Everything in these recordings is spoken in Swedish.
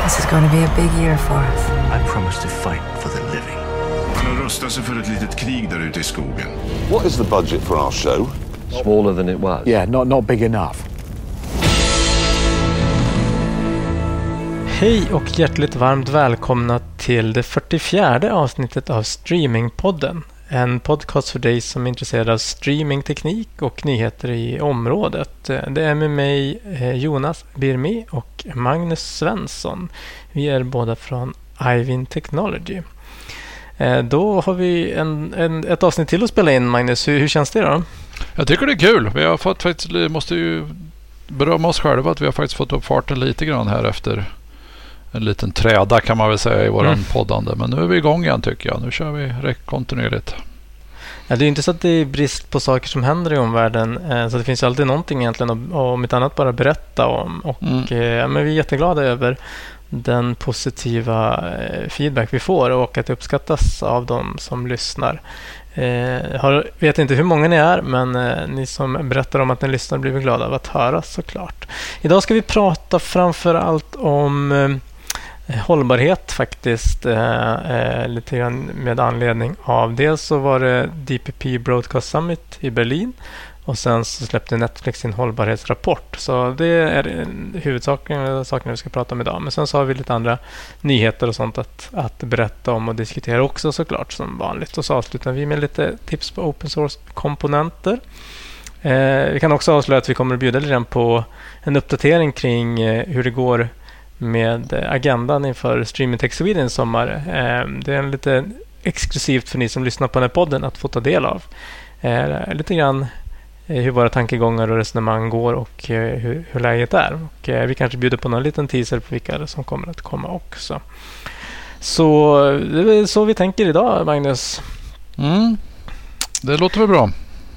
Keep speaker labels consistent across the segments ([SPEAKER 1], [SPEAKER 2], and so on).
[SPEAKER 1] This is going to be a big year for us.
[SPEAKER 2] I promise to fight for the living.
[SPEAKER 3] Man har rustat sig för ett litet krig där ute i skogen.
[SPEAKER 4] What is the budget for our show?
[SPEAKER 2] Smaller than it was.
[SPEAKER 5] Yeah, not big enough.
[SPEAKER 6] Hej och hjärtligt varmt välkomna till det 44:e avsnittet av Streamingpodden. En podcast för dig som är intresserad av streamingteknik och nyheter i området. Det är med mig Jonas Birmi och Magnus Svensson. Vi är båda från Ivin Technology. Då har vi ett avsnitt till att spela in, Magnus. Hur känns det då?
[SPEAKER 7] Jag tycker det är kul. Vi har faktiskt, måste ju berömma oss själva att vi har faktiskt fått upp farten lite grann här efter en liten träda kan man väl säga i våran poddande. Men nu är vi igång igen tycker jag. Nu kör vi kontinuerligt.
[SPEAKER 6] Ja, det är inte så att det är brist på saker som händer i omvärlden. Så det finns alltid någonting egentligen om ett annat bara berätta om. Och, men vi är jätteglada över den positiva feedback vi får och att det uppskattas av de som lyssnar. Vet inte hur många ni är, men ni som berättar om att ni lyssnar blir vi glada av att höra såklart. Idag ska vi prata framför allt om hållbarhet faktiskt, lite grann med anledning av dels så var det DPP Broadcast Summit i Berlin och sen så släppte Netflix sin hållbarhetsrapport. Så det är huvudsakligen sakerna vi ska prata om idag. Men sen så har vi lite andra nyheter och sånt att berätta om och diskutera också såklart som vanligt. Och så avslutar vi med lite tips på open source-komponenter. Vi kan också avslöja att vi kommer att bjuda lite på en uppdatering kring hur det går med agendan inför Streaming Tech Sweden i sommar. Det är lite exklusivt för ni som lyssnar på den här podden att få ta del av. Lite grann hur våra tankegångar och resonemang går och hur läget är. Och vi kanske bjuder på någon liten teaser på vilka som kommer att komma också. Så det är så vi tänker idag, Magnus.
[SPEAKER 7] Det låter väl bra.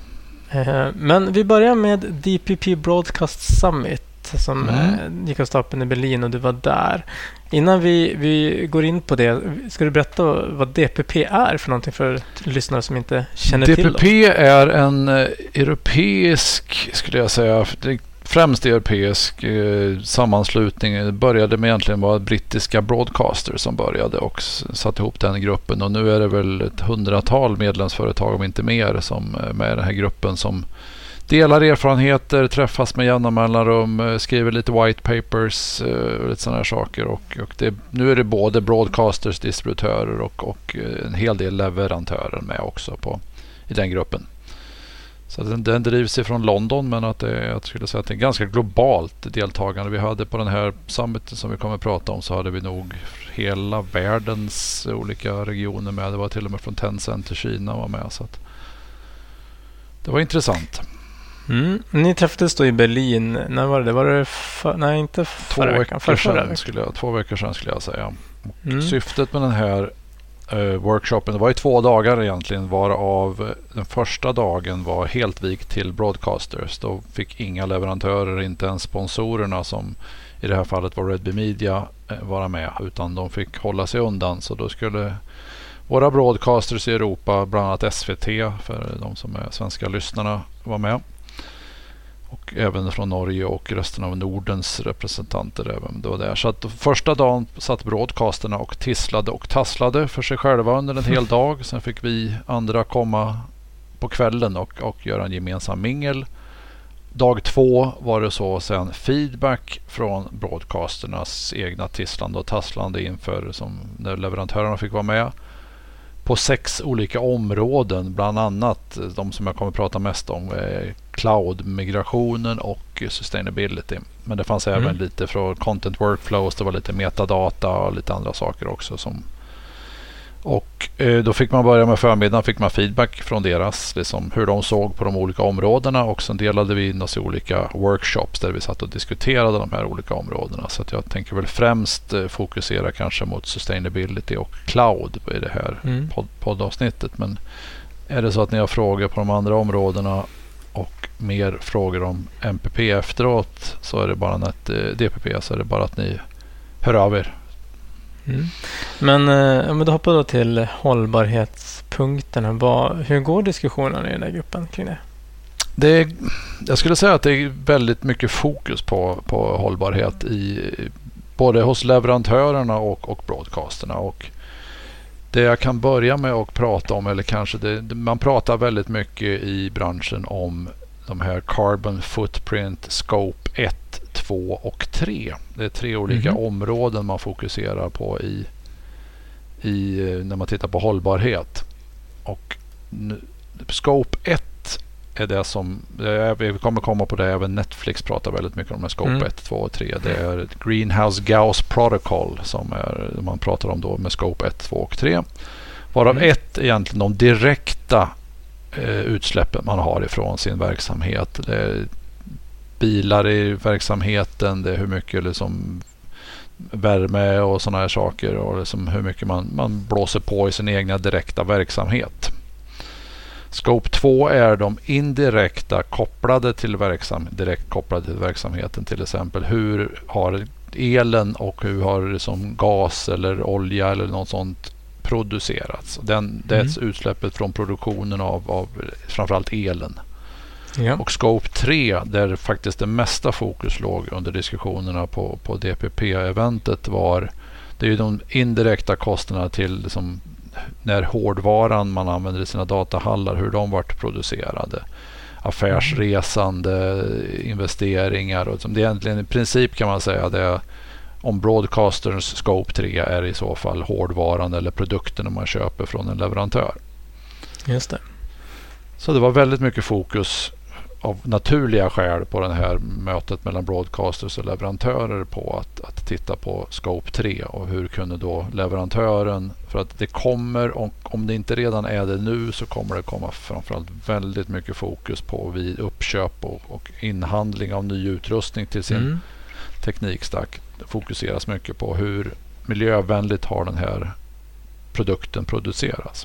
[SPEAKER 6] Men vi börjar med DPP Broadcast Summit som gick av stapeln i Berlin och du var där. Innan vi går in på det, ska du berätta vad DPP är för någonting för lyssnare som inte känner till det?
[SPEAKER 7] DPP är en europeisk, skulle jag säga, främst europeisk sammanslutning. Det började med egentligen var brittiska broadcasters som började och satte ihop den gruppen. Och nu är det väl ett 100-tal medlemsföretag om inte mer som är med i den här gruppen som delar erfarenheter, träffas med jämna mellanrum, skriver lite white papers och lite sådana här saker. Och nu är det både broadcasters, distributörer och en hel del leverantörer med också i den gruppen. Så den drivs ifrån London, men jag skulle säga att det är ganska globalt deltagande. Vi hade på den här summiten som vi kommer att prata om så hade vi nog hela världens olika regioner med. Det var till och med från Tencent till Kina var med. Så att det var intressant.
[SPEAKER 6] Ni träffades då i Berlin. När var det? Var det inte förra veckan.
[SPEAKER 7] Två veckor sedan skulle jag säga. Syftet med den här workshopen, det var i 2 dagar egentligen, varav den första dagen var helt vikt till broadcasters. Då fick inga leverantörer, inte ens sponsorerna som i det här fallet var Redby Media vara med, utan de fick hålla sig undan. Så då skulle våra broadcasters i Europa, bland annat SVT för de som är svenska lyssnarna, var med. Och även från Norge och resten av Nordens representanter även då där. Så att första dagen satt broadcasterna och tisslade och tasslade för sig själva under en hel dag. Sen fick vi andra komma på kvällen och göra en gemensam mingel. Dag 2 var det så sen feedback från broadcasternas egna tisslande och tasslande inför som när leverantörerna fick vara med. På 6 olika områden, bland annat de som jag kommer att prata mest om cloud-migrationen och sustainability. Men det fanns även lite från content workflows, det var lite metadata och lite andra saker också. Och då fick man börja med förmiddagen, fick man feedback från deras, liksom hur de såg på de olika områdena, och sen delade vi in oss i olika workshops där vi satt och diskuterade de här olika områdena. Så att jag tänker väl främst fokusera kanske mot sustainability och cloud i det här poddavsnittet. Men är det så att ni har frågor på de andra områdena och mer frågor om MPP efteråt, så är det bara DPP, så är det bara att ni hör av er.
[SPEAKER 6] Men då hoppar då till hållbarhetspunkterna. Hur går diskussionen i den här gruppen kring det?
[SPEAKER 7] Jag skulle säga att det är väldigt mycket fokus på hållbarhet både hos leverantörerna och broadcasterna. Och det jag kan börja med att prata om, eller kanske man pratar väldigt mycket i branschen om de här Carbon Footprint Scope 1, 2 och 3. Det är 3 olika områden man fokuserar på när man tittar på hållbarhet. Och Scope 1 är det som, vi kommer komma på det, även Netflix pratar väldigt mycket om Scope 1, 2 och 3. Det är Greenhouse Gas Protocol som man pratar om då med Scope 1, 2 och 3. Varav 1 är egentligen de direkta utsläppen man har ifrån sin verksamhet. Det är bilar i verksamheten, det är hur mycket liksom värme och sådana här saker, och liksom hur mycket man blåser på i sin egna direkta verksamhet. Scope 2 är de indirekta kopplade till direkt kopplade till verksamheten, till exempel hur har elen och hur har liksom gas eller olja eller något sånt producerats. Det är utsläppet från produktionen av framförallt elen. Ja. Och Scope 3, där faktiskt det mesta fokus låg under diskussionerna på DPP-eventet, det är ju de indirekta kostnaderna till liksom, när hårdvaran man använder i sina datahallar, hur de vart producerade. Affärsresande, investeringar. Och det är egentligen i princip, kan man säga, det om broadcasterns Scope 3 är i så fall hårdvaran eller produkterna man köper från en leverantör.
[SPEAKER 6] Just det.
[SPEAKER 7] Så det var väldigt mycket fokus av naturliga skäl på det här mötet mellan broadcasters och leverantörer på att titta på Scope 3 och hur kunde då leverantören, för att det kommer, om det inte redan är det nu, så kommer det komma framförallt väldigt mycket fokus på vid uppköp och inhandling av ny utrustning till sin teknikstack. Det fokuseras mycket på hur miljövänligt har den här produkten produceras.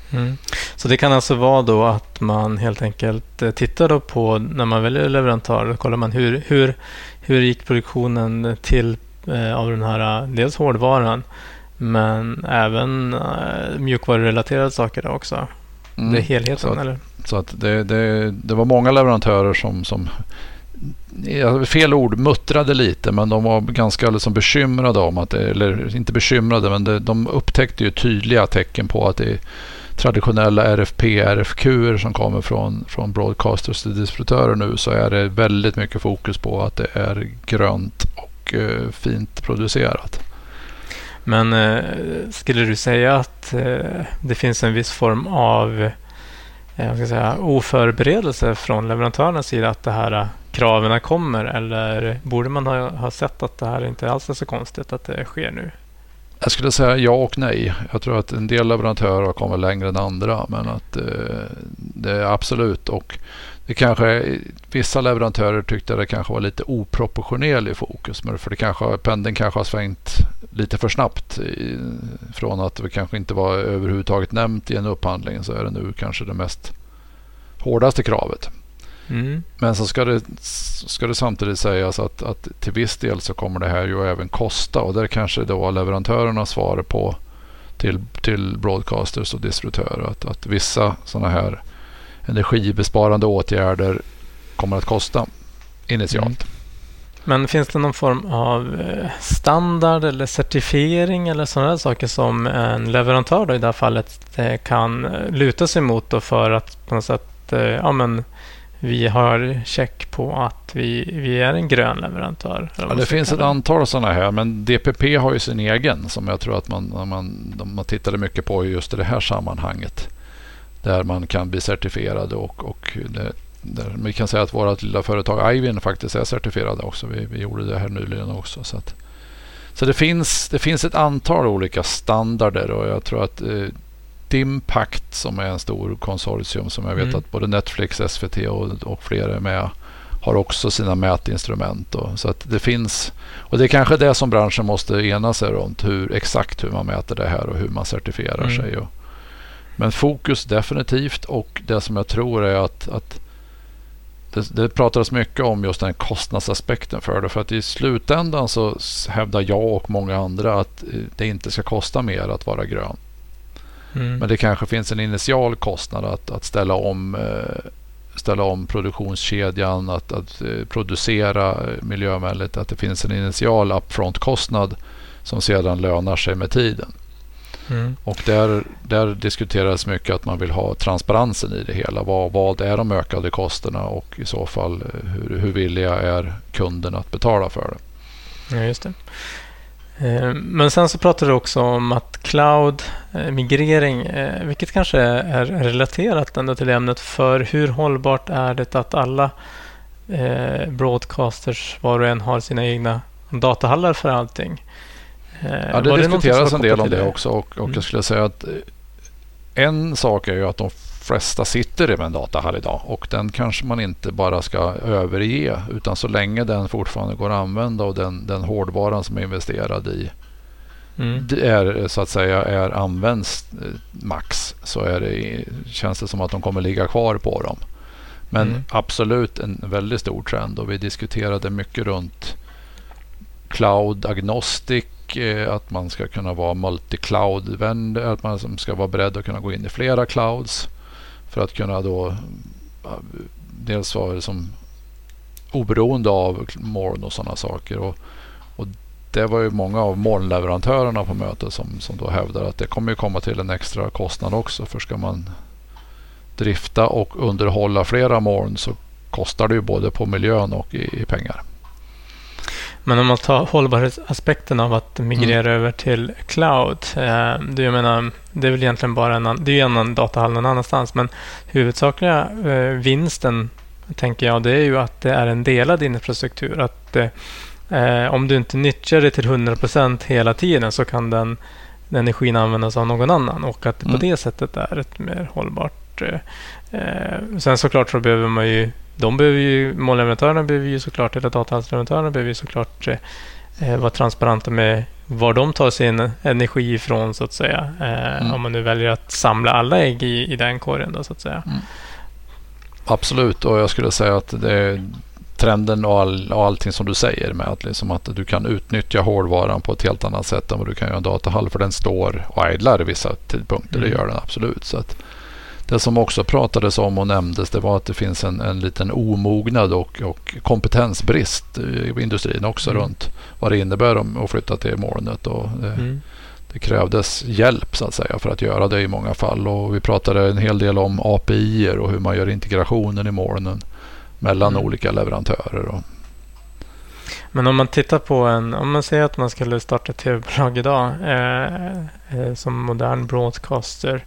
[SPEAKER 6] Så det kan alltså vara då att man helt enkelt tittar då på, när man väljer leverantör, då kollar man hur gick produktionen till av den här, dels hårdvaran, men även mjukvarurelaterade saker också. Det är helheten,
[SPEAKER 7] så att,
[SPEAKER 6] eller?
[SPEAKER 7] Så att det var många leverantörer som fel ord, muttrade lite, men de var ganska liksom bekymrade om att eller inte bekymrade, men de upptäckte ju tydliga tecken på att det är traditionella RFQ som kommer från broadcasters till distributörer nu, så är det väldigt mycket fokus på att det är grönt och fint producerat.
[SPEAKER 6] Men skulle du säga att det finns en viss form av oförberedelse från leverantörernas sida att det här kraven kommer, eller borde man ha sett att det här inte alls är så konstigt att det sker nu?
[SPEAKER 7] Jag skulle säga ja och nej. Jag tror att en del leverantörer kommer längre än andra, men att det är absolut, och det kanske vissa leverantörer tyckte det kanske var lite oproportionerlig fokus, men för pendeln kanske har svängt lite för snabbt från att det kanske inte var överhuvudtaget nämnt i en upphandling, så är det nu kanske det mest hårdaste kravet. Men så ska det samtidigt sägas att till viss del så kommer det här ju även kosta, och där kanske då leverantörerna svarar på till broadcasters och distributörer att vissa sådana här energibesparande åtgärder kommer att kosta initialt.
[SPEAKER 6] Men finns det någon form av standard eller certifiering eller sådana saker som en leverantör då i det här fallet kan luta sig mot då, för att på något sätt vi har check på att vi är en grön leverantör?
[SPEAKER 7] Ja, det finns ett antal sådana här, men DPP har ju sin egen, som jag tror att man tittade mycket på just i det här sammanhanget, där man kan bli certifierad, och där vi kan säga att vårt lilla företag Ivin faktiskt är certifierade också. Vi gjorde det här nyligen också. Så det finns ett antal olika standarder, och jag tror att Dimpact, som är en stor konsortium som jag vet att både Netflix, SVT och flera är med, har också sina mätinstrument. Så att det finns, och det är kanske det som branschen måste ena sig runt, exakt hur man mäter det här och hur man certifierar sig. Men fokus definitivt, och det som jag tror är att det pratades mycket om just den kostnadsaspekten för att i slutändan så hävdar jag och många andra att det inte ska kosta mer att vara grön. Men det kanske finns en initial kostnad att ställa om ställa om produktionskedjan, att producera miljövänligt, att det finns en initial upfront-kostnad som sedan lönar sig med tiden. Och där diskuteras mycket att man vill ha transparensen i det hela. Vad är de ökade kostnaderna och i så fall hur villiga är kunden att betala för det?
[SPEAKER 6] Ja, just det. Men sen så pratar du också om att cloud-migrering, vilket kanske är relaterat ändå till ämnet, för hur hållbart är det att alla broadcasters var och en har sina egna datahallar för allting?
[SPEAKER 7] Ja, det diskuteras en del om det också och jag skulle säga att en sak är ju att de flesta sitter i en datahall idag och den kanske man inte bara ska överge, utan så länge den fortfarande går att använda och den hårdvaran som är investerad i det är så att säga är används max, så känns det som att de kommer ligga kvar på dem. Men absolut en väldigt stor trend, och vi diskuterade mycket runt cloud agnostic, att man ska kunna vara multi-cloud-vänd, att man ska vara beredd att kunna gå in i flera clouds för att kunna då dels vara som oberoende av moln och sådana saker. Och det var ju många av molnleverantörerna på mötet som då hävdar att det kommer ju komma till en extra kostnad också, för ska man drifta och underhålla flera moln så kostar det ju både på miljön och i pengar.
[SPEAKER 6] Men om man tar hållbarhetsaspekten av att migrera över till cloud, det är väl egentligen bara det är ju en annan datahall någon annanstans, men huvudsakliga vinsten, tänker jag, det är ju att det är en delad infrastruktur. Att om du inte nyttjar det till 100% hela tiden så kan den energin användas av någon annan, och att det på det sättet är ett mer hållbart. Sen såklart så behöver man ju molnleverantörerna behöver ju såklart, eller datahallsleverantörerna behöver ju såklart vara transparenta med var de tar sin energi ifrån, så att säga. Om man nu väljer att samla alla ägg i den korgen då, så att säga.
[SPEAKER 7] Absolut, och jag skulle säga att det är trenden och allting som du säger med att, liksom att du kan utnyttja hårdvaran på ett helt annat sätt än vad du kan göra en datahall, för den står och idlar i vissa tidpunkter. Det gör den absolut. Så att det som också pratades om och nämndes, det var att det finns en liten omognad och kompetensbrist i industrin också runt vad det innebär att flytta till molnet. Och det krävdes hjälp så att säga för att göra det i många fall. Och vi pratade en hel del om API-er och hur man gör integrationen i molnen mellan olika leverantörer.
[SPEAKER 6] Men om man tittar på om man säger att man skulle starta ett tv-bolag idag som modern broadcaster,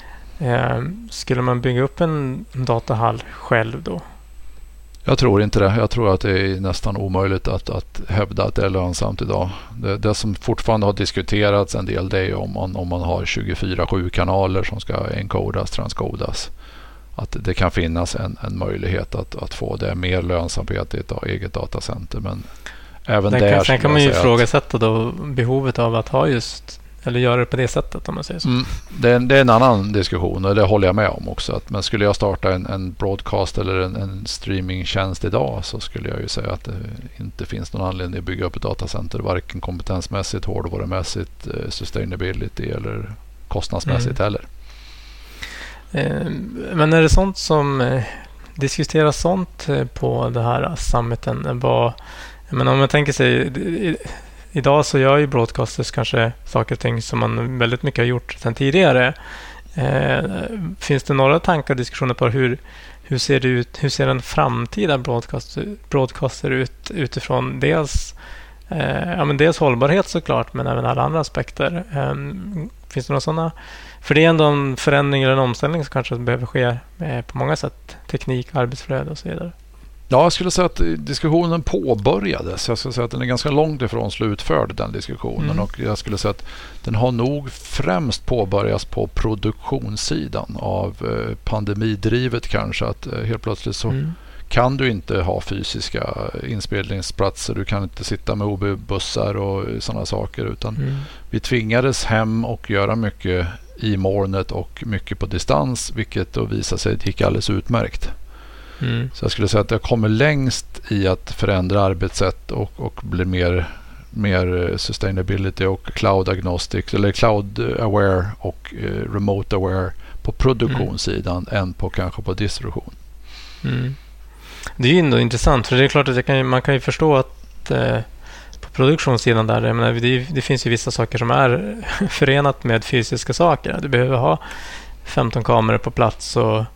[SPEAKER 6] skulle man bygga upp en datahall själv då? Jag
[SPEAKER 7] tror inte det. Jag tror att det är nästan omöjligt att hävda att det är lönsamt idag. Det som fortfarande har diskuterats en del, det är om man har 24/7 kanaler som ska encodas, transkodas. Att det kan finnas en möjlighet att få det mer lönsamhet i ett eget datacenter. Men även där...
[SPEAKER 6] Sen kan man ju ifrågasätta då behovet av att ha just, eller göra det på det sättet, om man säger så.
[SPEAKER 7] Det är en annan diskussion, och det håller jag med om också. Men skulle jag starta en broadcast eller en streamingtjänst idag, så skulle jag ju säga att det inte finns någon anledning att bygga upp ett datacenter, varken kompetensmässigt, hårdvarumässigt, sustainability eller kostnadsmässigt heller.
[SPEAKER 6] Men är det sånt som diskuteras sånt på det här summiten? Men om man tänker sig, idag så gör ju broadcasters kanske saker och ting som man väldigt mycket har gjort sedan tidigare. Finns det några tankar och diskussioner på hur ser det ut? Hur ser en framtida broadcaster ut utifrån dels hållbarhet såklart, men även alla andra aspekter? Finns det några sådana? För det är ändå en förändring eller en omställning som kanske behöver ske på många sätt. Teknik, arbetsflöde och så vidare.
[SPEAKER 7] Ja, jag skulle säga att diskussionen påbörjades. Jag skulle säga att den är ganska långt ifrån slutförd, den diskussionen. Och jag skulle säga att den har nog främst påbörjats på produktionssidan av pandemidrivet kanske. Att helt plötsligt så kan du inte ha fysiska inspelningsplatser. Du kan inte sitta med OB-bussar och sådana saker. Utan vi tvingades hem och göra mycket i molnet och mycket på distans, vilket då visade sig gick alldeles utmärkt. Så jag skulle säga att jag kommer längst i att förändra arbetssätt och bli mer sustainability och cloud agnostic, eller cloud aware och remote aware på produktionssidan än på kanske på distribution.
[SPEAKER 6] Det är ju ändå intressant, för det är klart att man kan ju förstå att på produktionssidan där, jag menar, det finns ju vissa saker som är förenat med fysiska saker. Du behöver ha 15 kameror på plats och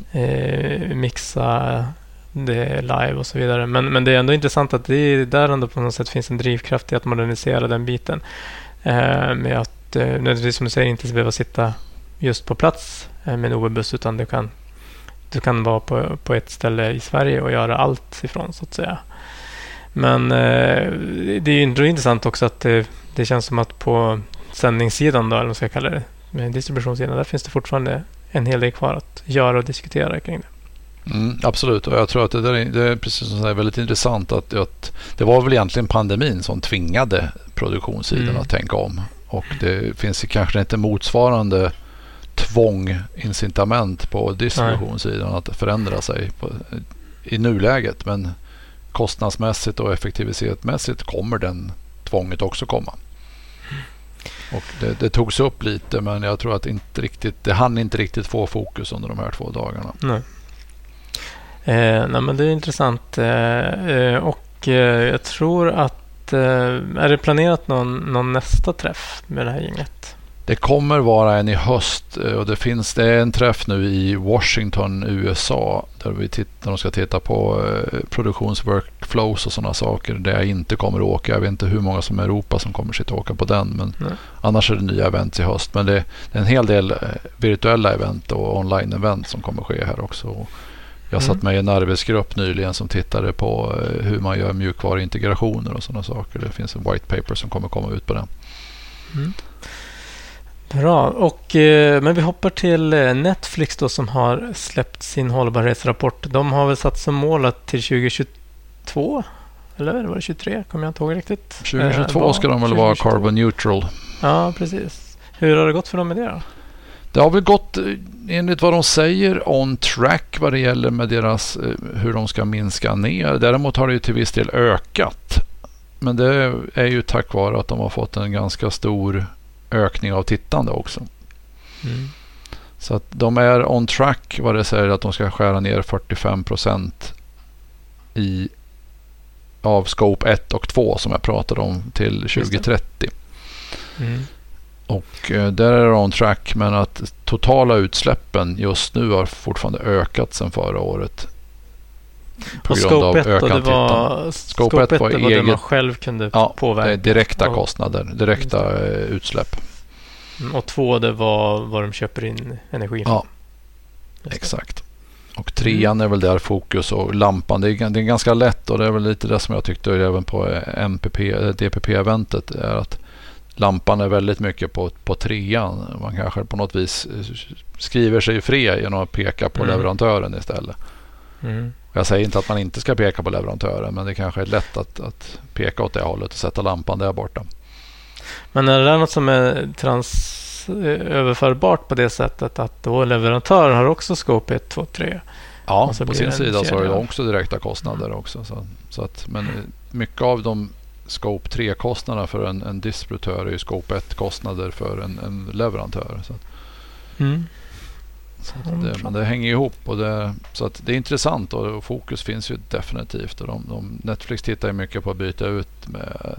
[SPEAKER 6] mixa det live och så vidare. Men det är ändå intressant att det där ändå på något sätt finns en drivkraft i att modernisera den biten. Med att nödvändigtvis, som du säger, inte behöva sitta just på plats med en OB-buss, utan du kan vara på ett ställe i Sverige och göra allt ifrån, så att säga. Men det är ju intressant också att det känns som att på sändningssidan då, eller vad man ska kalla det, med distributionssidan, där finns det fortfarande en hel del kvar att göra och diskutera kring det.
[SPEAKER 7] Absolut, och jag tror att det är precis som säger, väldigt intressant att det var väl egentligen pandemin som tvingade produktionssidan att tänka om, och det finns kanske inte motsvarande incitament på distributionssidan att förändra sig i nuläget, men kostnadsmässigt och effektivitetsmässigt kommer den tvånget också komma. Och det togs upp lite, men jag tror att det hann inte riktigt få fokus under de här 2 dagarna.
[SPEAKER 6] Nej. Men det är intressant. Och jag tror att är det planerat någon nästa träff med det här gänget?
[SPEAKER 7] Det kommer vara en i höst, och det är en träff nu i Washington, USA, där de ska titta på produktionsworkflows och sådana saker, där jag inte kommer att åka. Jag vet inte hur många som är i Europa som kommer sitta och åka på den, men annars är det nya events i höst. Men det är en hel del virtuella event och online-event som kommer ske här också. Jag satt med i en arbetsgrupp nyligen som tittade på hur man gör mjukvaruintegrationer och sådana saker. Det finns en white paper som kommer komma ut på den.
[SPEAKER 6] Bra, men vi hoppar till Netflix då, som har släppt sin hållbarhetsrapport. De har väl satt som mål att till 2022, eller var det 23? Kommer jag inte ihåg riktigt.
[SPEAKER 7] 2022 ska de väl vara carbon neutral.
[SPEAKER 6] Ja, precis. Hur har det gått för dem med det då?
[SPEAKER 7] Det har väl gått, enligt vad de säger, on track vad det gäller med deras hur de ska minska ner. Däremot har det ju till viss del ökat. Men det är ju tack vare att de har fått en ganska stor ökning av tittande också. Så att de är on track vad det säger, att de ska skära ner 45% av scope 1 och 2 som jag pratade om till 2030. Och där är det on track, men att totala utsläppen just nu har fortfarande ökat sedan förra året. På grund av ökat tittande.
[SPEAKER 6] Scope 1 var det man själv kunde påverka.
[SPEAKER 7] Det är direkta kostnader, direkta utsläpp.
[SPEAKER 6] Och 2, det var vad de köper in energi.
[SPEAKER 7] Ja, exakt. Och 3 är väl där fokus, och lampan, det är ganska lätt, och det är väl lite det som jag tyckte även på DPP-eventet, är att lampan är väldigt mycket på 3. Man kanske på något vis skriver sig fri genom att peka på leverantören istället. Jag säger inte att man inte ska peka på leverantören, men det kanske är lätt att peka åt det hållet och sätta lampan där borta. Men
[SPEAKER 6] är det något som är överförbart på det sättet att då leverantören har också scope 1, 2, 3?
[SPEAKER 7] Ja, på sin sida så har de också direkta kostnader också. Så att, men mycket av de scope 3-kostnaderna för en distributör är ju scope 1-kostnader för en leverantör. Men det hänger ihop, och så att det är intressant, och fokus finns ju definitivt. Och Netflix tittar ju mycket på att byta ut med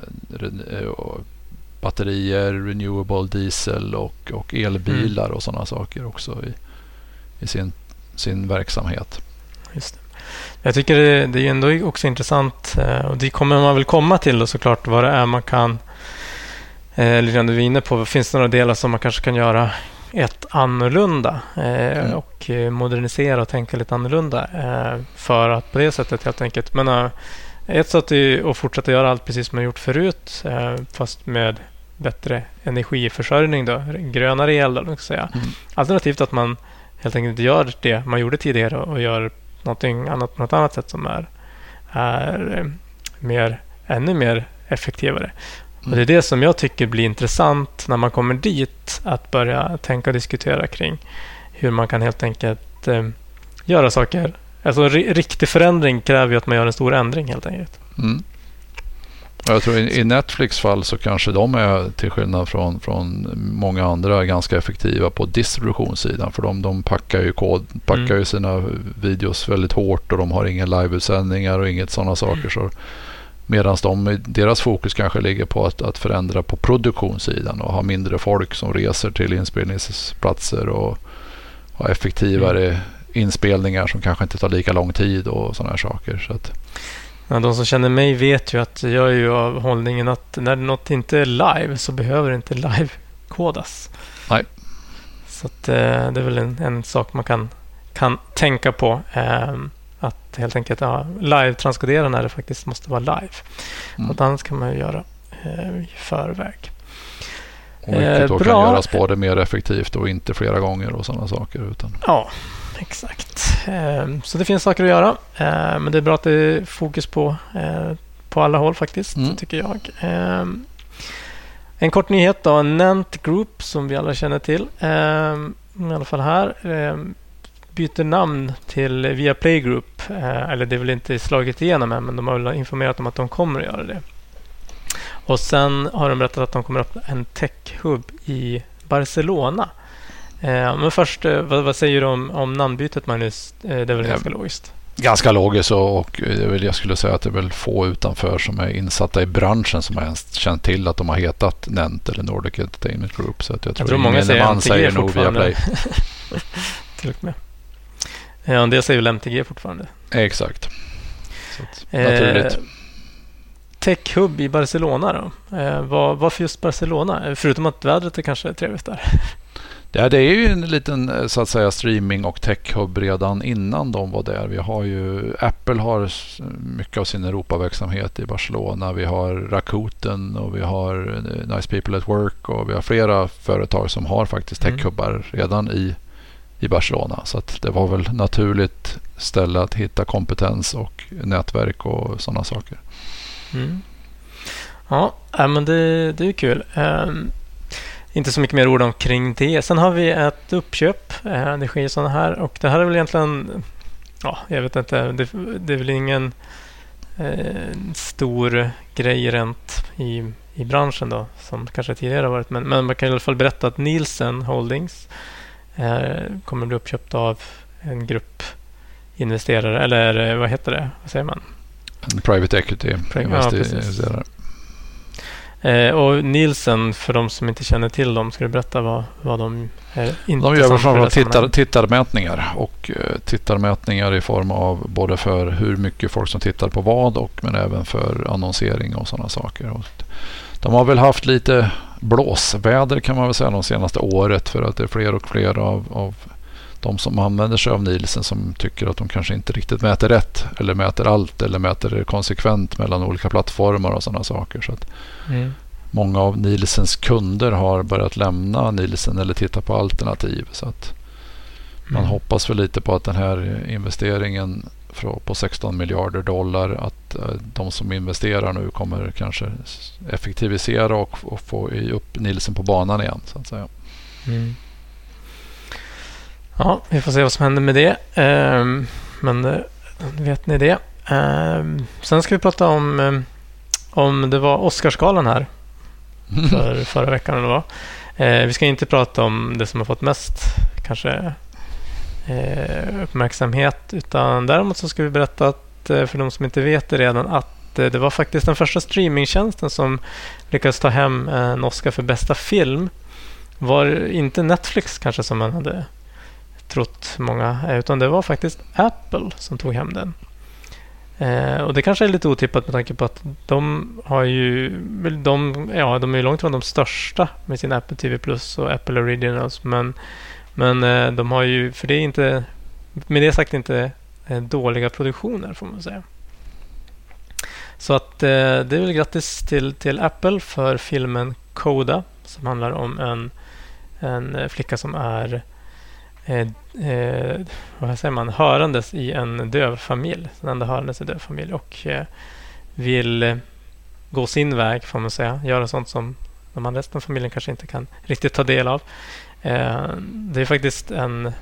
[SPEAKER 7] batterier, renewable diesel och elbilar och sådana saker också i sin verksamhet. Just det.
[SPEAKER 6] Jag tycker det är ändå också intressant, och det kommer man väl komma till då, såklart, vad det är man kan lite grann du är inne på. Finns det några delar som man kanske kan göra annorlunda och modernisera och tänka lite annorlunda för att på det sättet helt enkelt. Men ett sätt är att fortsätta göra allt precis som man gjort förut, fast med bättre energiförsörjning då, grönare el då, säga. Alternativt att man helt enkelt gör det man gjorde tidigare och gör någonting annat på något annat sätt som är ännu mer effektivare. Och det är det som jag tycker blir intressant när man kommer dit, att börja tänka och diskutera kring hur man kan helt enkelt göra saker. Alltså riktig förändring kräver ju att man gör en stor ändring helt enkelt.
[SPEAKER 7] Jag tror i Netflix fall så kanske de är, till skillnad från många andra, ganska effektiva på distributionssidan. För de packar ju sina videos väldigt hårt och de har inga liveutsändningar och inget sådana saker. Så medan deras fokus kanske ligger på att förändra på produktionssidan och ha mindre folk som reser till inspelningsplatser och ha effektivare inspelningar som kanske inte tar lika lång tid och sådana här saker. Så att
[SPEAKER 6] ja, de som känner mig vet ju att jag är ju av hållningen att när något inte är live så behöver det inte live-kodas.
[SPEAKER 7] Nej.
[SPEAKER 6] Så att, det är väl en sak man kan tänka på. Att helt enkelt live-transkodera när det faktiskt måste vara live. Något annat kan man ju göra i förväg.
[SPEAKER 7] Och vilket då kan göras både mer effektivt och inte flera gånger och sådana saker.
[SPEAKER 6] Ja, exakt. Så det finns saker att göra. Men det är bra att det är fokus på alla håll faktiskt, tycker jag. En kort nyhet då. Nent Group, som vi alla känner till, i alla fall här, byter namn till Viaplay Group. Eller det är väl inte slagit igenom än, men de har väl informerat om att de kommer att göra det. Och sen har de berättat att de kommer att öppna en tech-hub i Barcelona. Men först, vad säger du om namnbytet, Magnus? Det är väl ganska logiskt?
[SPEAKER 7] Ganska logiskt, och jag skulle säga att det är väl få utanför som är insatta i branschen som har ens känt till att de har hetat Nent eller Nordic Entertainment Group. Så att jag tror
[SPEAKER 6] många säger
[SPEAKER 7] man
[SPEAKER 6] MTG
[SPEAKER 7] säger nog
[SPEAKER 6] fortfarande. Till och med. Ja, det säger väl MTG fortfarande.
[SPEAKER 7] Exakt. Så att, naturligt.
[SPEAKER 6] Tech-hub i Barcelona då? Varför just Barcelona? Förutom att vädret är kanske trevligt där.
[SPEAKER 7] Ja, det är ju en liten, så att säga, streaming- och tech-hub redan innan de var där. Vi har ju, Apple har mycket av sin Europaverksamhet i Barcelona. Vi har Rakuten och vi har Nice People at Work och vi har flera företag som har faktiskt tech-hubbar redan i Barcelona. Så att det var väl naturligt ställe att hitta kompetens och nätverk och sådana saker.
[SPEAKER 6] Ja, men det är kul. Inte så mycket mer ord omkring det. Sen har vi ett uppköp. Det sker sådana här. Och det här är väl egentligen... Ja, jag vet inte. Det är väl ingen stor grej rent i branschen då. Som kanske tidigare har varit. Men man kan i alla fall berätta att Nielsen Holdings kommer bli uppköpt av en grupp investerare. Eller vad heter det? Vad säger man?
[SPEAKER 7] En private equity investerare.
[SPEAKER 6] Och Nielsen, för de som inte känner till dem, ska du berätta vad de är?
[SPEAKER 7] De gör framförallt tittarmätningar och tittarmätningar i form av både för hur mycket folk som tittar på vad men även för annonsering och sådana saker. Och de har väl haft lite blåsväder kan man väl säga de senaste året, för att det är fler och fler av de som använder sig av Nielsen som tycker att de kanske inte riktigt mäter rätt eller mäter allt eller mäter konsekvent mellan olika plattformar och sådana saker. Så att många av Nielsens kunder har börjat lämna Nielsen eller titta på alternativ. Så att man hoppas väl lite på att den här investeringen på $16 miljarder, att de som investerar nu kommer kanske effektivisera och få upp Nielsen på banan igen, så att säga.
[SPEAKER 6] Ja, vi får se vad som händer med det. Men vet ni det. Sen ska vi prata om det var Oscarsgalan här förra veckan eller vad. Vi ska inte prata om det som har fått mest kanske uppmärksamhet, utan däremot så ska vi berätta att för de som inte vet det redan, att det var faktiskt den första streamingtjänsten som lyckades ta hem en Oscar för bästa film. Var inte Netflix kanske som man hade trott många, utan det var faktiskt Apple som tog hem den. Och det kanske är lite otippat med tanke på att de har ju de är långt från de största med sin Apple TV Plus och Apple Originals, men de har ju, för det är inte, med det sagt, inte dåliga produktioner får man säga. Så att det är väl grattis till Apple för filmen Coda, som handlar om en flicka som är vad säger man, hörandes i en döv familj, den enda hörandes i en döv familj, och vill gå sin väg får man säga, göra sånt som de andra resten av familjen kanske inte kan riktigt ta del av. Det är faktiskt en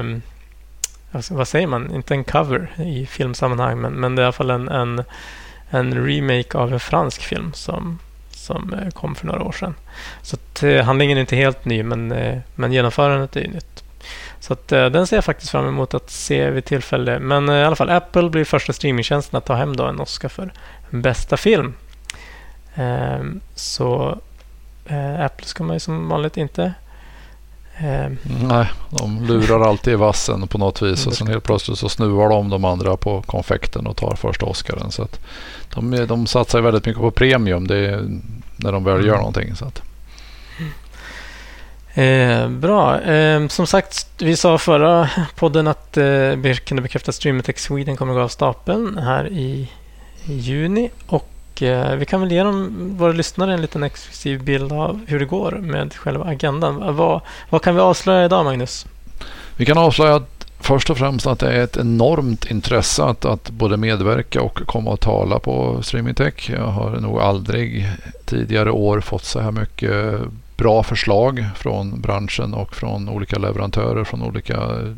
[SPEAKER 6] vad säger man, inte en cover i filmsammanhang, men det är i alla fall en remake av en fransk film som kom för några år sedan. Så att, handlingen är inte helt ny, men genomförandet är nytt. Så att, den ser jag faktiskt fram emot att se vid tillfälle. Men i alla fall, Apple blir första streamingtjänsten att ta hem då en Oscar för bästa film. Så Apple ska man ju som vanligt inte...
[SPEAKER 7] Nej, de lurar alltid i vassen på något vis och sen helt plötsligt så snuvar de andra på konfekten och tar första Oscaren. Så att de satsar väldigt mycket på premium när de väl gör någonting. Så att.
[SPEAKER 6] Bra. Som sagt, vi sa förra podden att vi kunde bekräfta att Streamer Tech Sweden kommer att gå av stapeln här i juni, och vi kan väl ge våra lyssnare en liten exklusiv bild av hur det går med själva agendan. Vad kan vi avslöja idag, Magnus?
[SPEAKER 7] Vi kan avslöja att först och främst att det är ett enormt intresse att både medverka och komma och tala på Streaming Tech. Jag har nog aldrig tidigare år fått så här mycket bra förslag från branschen och från olika leverantörer, från olika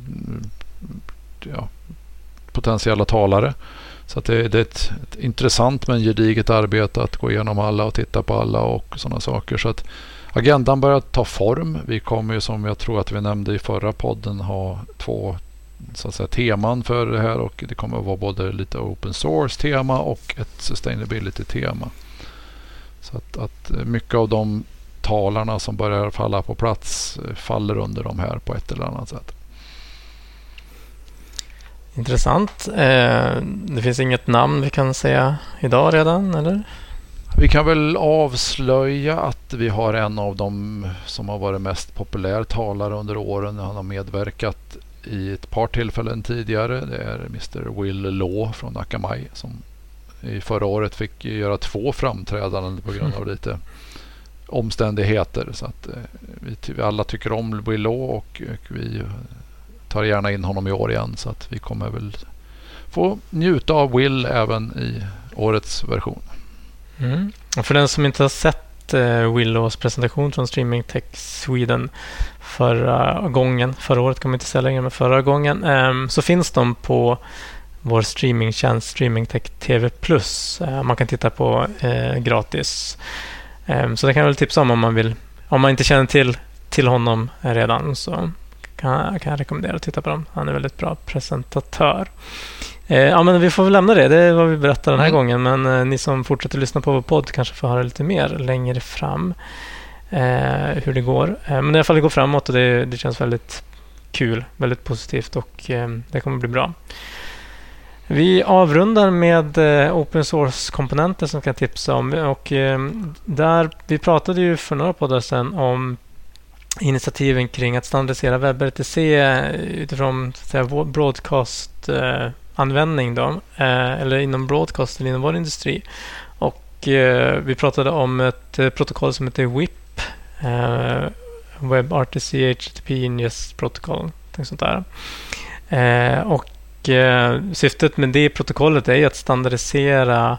[SPEAKER 7] potentiella talare. Så att det är ett intressant men gediget arbete att gå igenom alla och titta på alla och sådana saker. Så att agendan börjar ta form. Vi kommer ju, som jag tror att vi nämnde i förra podden, ha 2 så att säga teman för det här, och det kommer att vara både lite open source tema och ett sustainability tema. Så att mycket av de talarna som börjar falla på plats faller under de här på ett eller annat sätt.
[SPEAKER 6] Intressant. Det finns inget namn vi kan säga idag redan, eller?
[SPEAKER 7] Vi kan väl avslöja att vi har en av dem som har varit mest populär talare under åren. Han har medverkat i ett par tillfällen tidigare. Det är Mr. Will Law från Akamai som i förra året fick göra 2 framträdanden på grund av lite omständigheter. Så att vi alla tycker om Will Law och vi tar gärna in honom i år igen, så att vi kommer väl få njuta av Will även i årets version.
[SPEAKER 6] Och för den som inte har sett Willows presentation från Streaming Tech Sweden förra året kan man inte säga längre, men förra gången, så finns de på vår streamingtjänst Streaming Tech TV+. Man kan titta på gratis. Så det kan jag väl tipsa om man vill. Om man inte känner till honom redan, så kan jag rekommendera att titta på dem. Han är väldigt bra presentatör. Men vi får väl lämna det. Det är vad vi berättar den här gången. Men ni som fortsätter lyssna på vår podd kanske får höra lite mer längre fram hur det går. Men i alla fall det går framåt, och det känns väldigt kul, väldigt positivt, och det kommer bli bra. Vi avrundar med open source-komponenter som kan tipsa om. Och vi pratade ju för några poddar sedan om initiativen kring att standardisera WebRTC utifrån broadcast-användning eller inom broadcast eller inom vår industri. Och vi pratade om ett protokoll som heter WIP, WebRTC HTTP Ingest Protocol, sånt där. Och syftet med det protokollet är att standardisera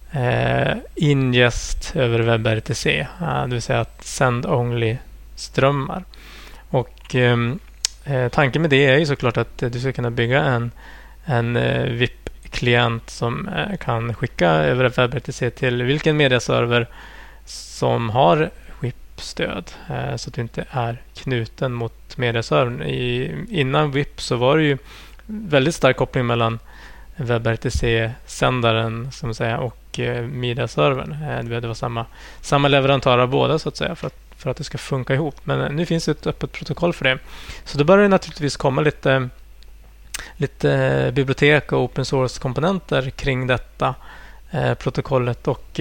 [SPEAKER 6] ingest över WebRTC, det vill säga att send-only strömmar. Och tanken med det är ju såklart att du ska kunna bygga en VIP-klient som kan skicka över WebRTC till vilken mediaserver som har WIP-stöd, så att du inte är knuten mot mediaservern. Innan WIP så var det ju väldigt stark koppling mellan WebRTC-sändaren som säga, och mediaservern. Det var samma leverantör av båda, så att säga, för att det ska funka ihop. Men nu finns ett öppet protokoll för det. Så då börjar det naturligtvis komma lite bibliotek och open source-komponenter kring detta protokollet. Och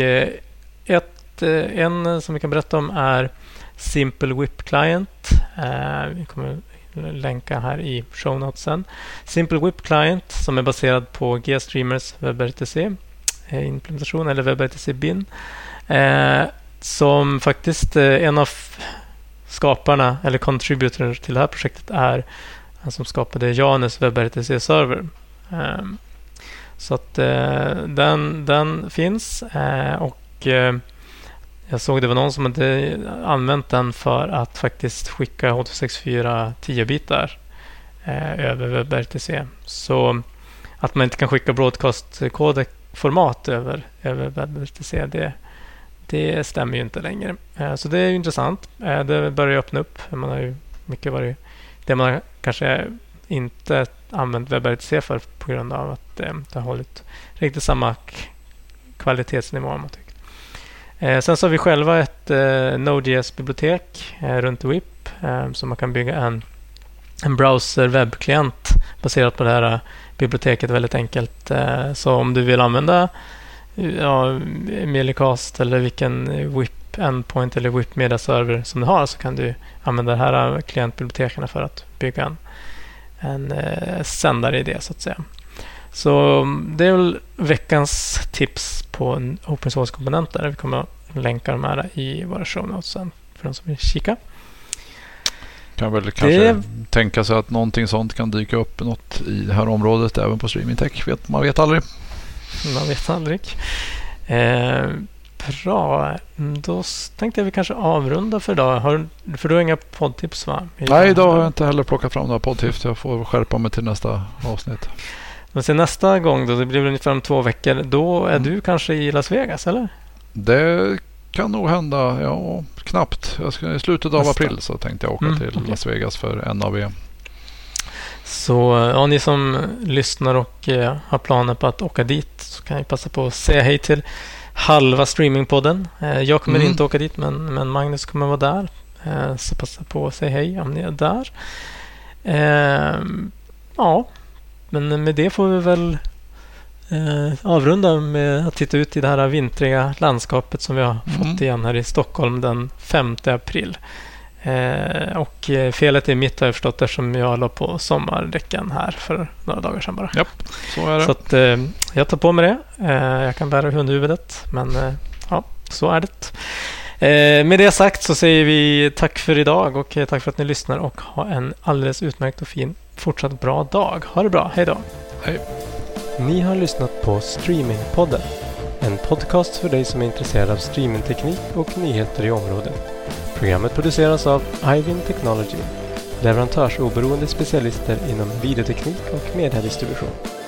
[SPEAKER 6] en som vi kan berätta om är Simple WIP Client. Vi kommer länka här i show notesen. Simple WIP Client som är baserad på GStreamers WebRTC implementation, eller WebRTC bin. Som faktiskt en av skaparna eller contributor till det här projektet är han som skapade Janus WebRTC-server. Så att den finns, och jag såg det var någon som hade använt den för att faktiskt skicka H264 10-bitar över WebRTC. Så att man inte kan skicka broadcast-codec format över WebRTC. Det stämmer ju inte längre. Så det är ju intressant. Det börjar öppna upp. Man har ju mycket varit det man kanske inte använt WebRTC för på grund av att det har hållit riktigt samma kvalitetsnivå om man tycker. Sen så har vi själva ett Node.js-bibliotek runt WIP så man kan bygga en browser-webbklient baserat på det här biblioteket väldigt enkelt. Så om du vill använda Melicast eller vilken WIP endpoint eller WIP media server som du har så kan du använda det här klientbiblioteken för att bygga en sändare i det så att säga. Så det är väl veckans tips på en open source-komponenter. Vi kommer att länka de här i våra show notes sen för de som vill kika.
[SPEAKER 7] Kan väl kanske tänka sig att någonting sånt kan dyka upp något i det här området även på Streaming Tech. Man vet aldrig.
[SPEAKER 6] Man vet aldrig. Bra. Då tänkte jag vi kanske avrunda för idag. För du har inga poddtips va?
[SPEAKER 7] Nej, idag har jag inte heller plockat fram några poddtips. Jag får skärpa mig till nästa avsnitt.
[SPEAKER 6] Men sen nästa gång då, det blir ungefär om 2 veckor, då är du kanske i Las Vegas, eller?
[SPEAKER 7] Det kan nog hända, ja, knappt. I slutet av april så tänkte jag åka till Las Vegas för NAB. Så
[SPEAKER 6] ni som lyssnar och har planer på att åka dit så kan jag passa på att säga hej till halva streamingpodden. Jag kommer inte åka dit, men Magnus kommer vara där. Så passa på att säga hej om ni är där. Men med det får vi väl avrunda med att titta ut i det här vintriga landskapet som vi har fått igen här i Stockholm den 5 april. Och felet är mitt har jag förstått eftersom jag la på sommardäcken här för några dagar sedan bara.
[SPEAKER 7] Japp, så är det.
[SPEAKER 6] Så att jag tar på mig det. Jag kan bära hundhuvudet, men så är det. Med det sagt så säger vi tack för idag och tack för att ni lyssnar och ha en alldeles utmärkt och fin fortsatt bra dag. Ha det bra, hej då.
[SPEAKER 7] Hej.
[SPEAKER 5] Ni har lyssnat på Streamingpodden, en podcast för dig som är intresserad av streamingteknik och nyheter i området. Programmet produceras av Ivin Technology, leverantörsoberoende specialister inom videoteknik och mediedistribution.